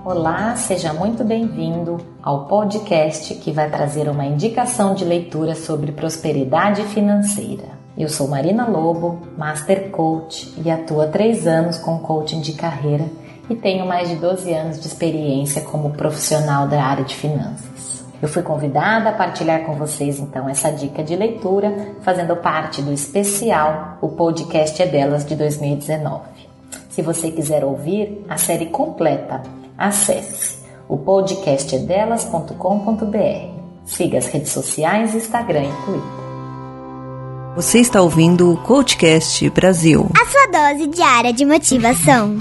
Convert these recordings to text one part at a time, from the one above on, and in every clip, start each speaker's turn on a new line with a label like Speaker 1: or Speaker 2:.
Speaker 1: Olá, seja muito bem-vindo ao podcast que vai trazer uma indicação de leitura sobre prosperidade financeira. Eu sou Marina Lobo, Master Coach e atuo há 3 anos com coaching de carreira e tenho mais de 12 anos de experiência como profissional da área de finanças. Eu fui convidada a partilhar com vocês então essa dica de leitura, fazendo parte do especial O Podcast é Delas de 2019. Se você quiser ouvir a série completa, acesse o podcastedelas.com.br. Siga as redes sociais, Instagram e Twitter.
Speaker 2: Você está ouvindo o Coachcast Brasil.
Speaker 3: A sua dose diária de motivação.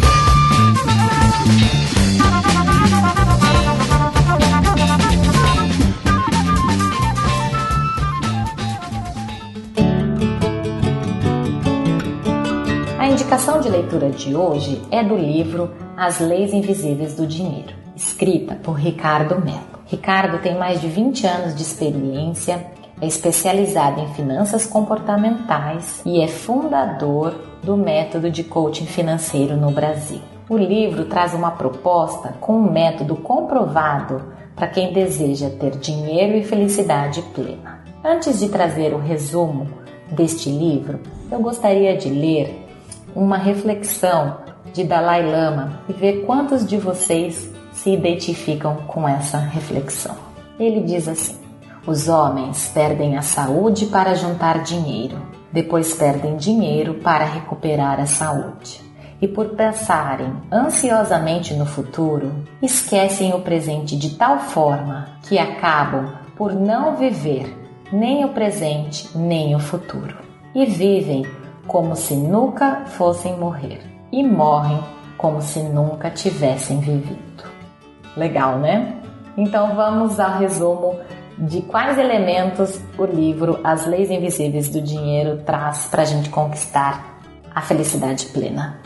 Speaker 1: A indicação de leitura de hoje é do livro As Leis Invisíveis do Dinheiro, escrita por Ricardo Mello. Ricardo tem mais de 20 anos de experiência, é especializado em finanças comportamentais e é fundador do método de coaching financeiro no Brasil. O livro traz uma proposta com um método comprovado para quem deseja ter dinheiro e felicidade plena. Antes de trazer o resumo deste livro, eu gostaria de ler uma reflexão de Dalai Lama e ver quantos de vocês se identificam com essa reflexão. Ele diz assim: os homens perdem a saúde para juntar dinheiro, depois perdem dinheiro para recuperar a saúde. E por pensarem ansiosamente no futuro, esquecem o presente de tal forma que acabam por não viver nem o presente nem o futuro. E vivem como se nunca fossem morrer, e morrem como se nunca tivessem vivido. Legal, né? Então vamos ao resumo de quais elementos o livro As Leis Invisíveis do Dinheiro traz para a gente conquistar a felicidade plena.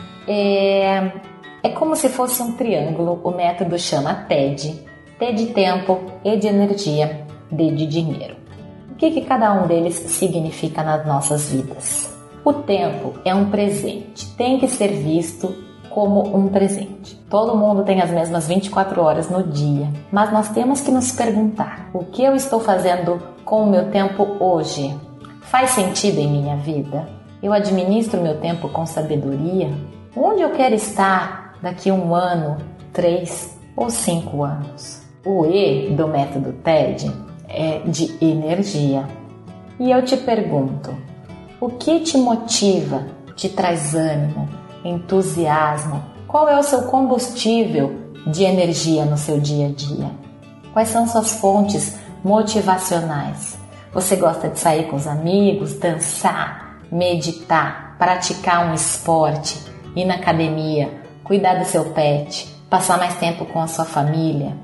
Speaker 1: É como se fosse um triângulo, o método chama TED, T de tempo, E de energia, D de dinheiro. O que cada um deles significa nas nossas vidas? O tempo é um presente, tem que ser visto como um presente. Todo mundo tem as mesmas 24 horas no dia, mas nós temos que nos perguntar: o que eu estou fazendo com o meu tempo hoje? Faz sentido em minha vida? Eu administro meu tempo com sabedoria? Onde eu quero estar daqui a 1 ano, 3 ou 5 anos? O E do método TED é de energia. E eu te pergunto: o que te motiva, te traz ânimo, entusiasmo? Qual é o seu combustível de energia no seu dia a dia? Quais são suas fontes motivacionais? Você gosta de sair com os amigos, dançar, meditar, praticar um esporte, ir na academia, cuidar do seu pet, passar mais tempo com a sua família?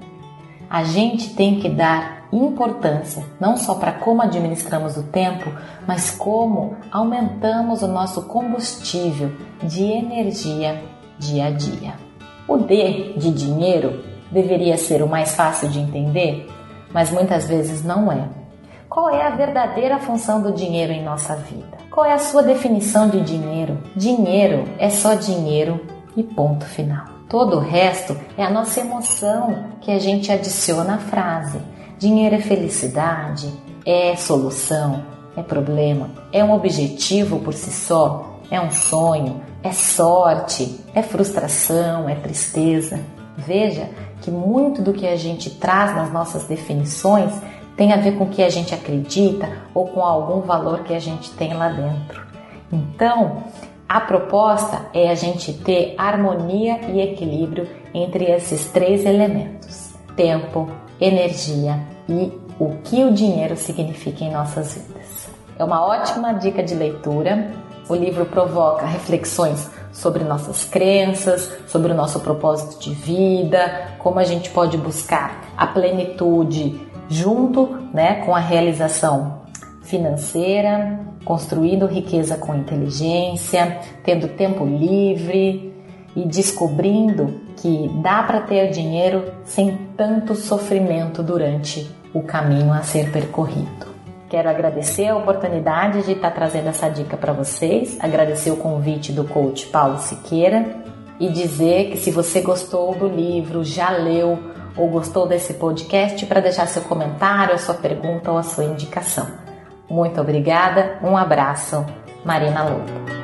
Speaker 1: A gente tem que dar importância não só para como administramos o tempo, mas como aumentamos o nosso combustível de energia dia a dia. O D de dinheiro deveria ser o mais fácil de entender, mas muitas vezes não é. Qual é a verdadeira função do dinheiro em nossa vida? Qual é a sua definição de dinheiro? Dinheiro é só dinheiro e ponto final. Todo o resto é a nossa emoção que a gente adiciona à frase. Dinheiro é felicidade, é solução, é problema, é um objetivo por si só, é um sonho, é sorte, é frustração, é tristeza. Veja que muito do que a gente traz nas nossas definições tem a ver com o que a gente acredita ou com algum valor que a gente tem lá dentro. Então, a proposta é a gente ter harmonia e equilíbrio entre esses 3 elementos: tempo, energia e o que o dinheiro significa em nossas vidas. É uma ótima dica de leitura. O livro provoca reflexões sobre nossas crenças, sobre o nosso propósito de vida, como a gente pode buscar a plenitude junto, com a realização financeira, construindo riqueza com inteligência, tendo tempo livre e descobrindo que dá para ter dinheiro sem tanto sofrimento durante o caminho a ser percorrido. Quero agradecer a oportunidade de estar trazendo essa dica para vocês, agradecer o convite do coach Paulo Siqueira e dizer que se você gostou do livro, já leu ou gostou desse podcast, para deixar seu comentário, a sua pergunta ou a sua indicação. Muito obrigada, um abraço, Marina Lobo.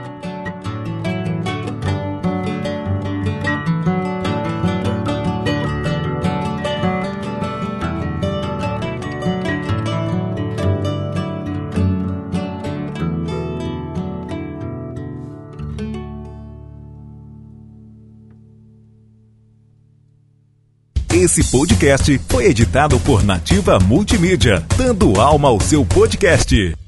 Speaker 4: Esse podcast foi editado por Nativa Multimídia, dando alma ao seu podcast.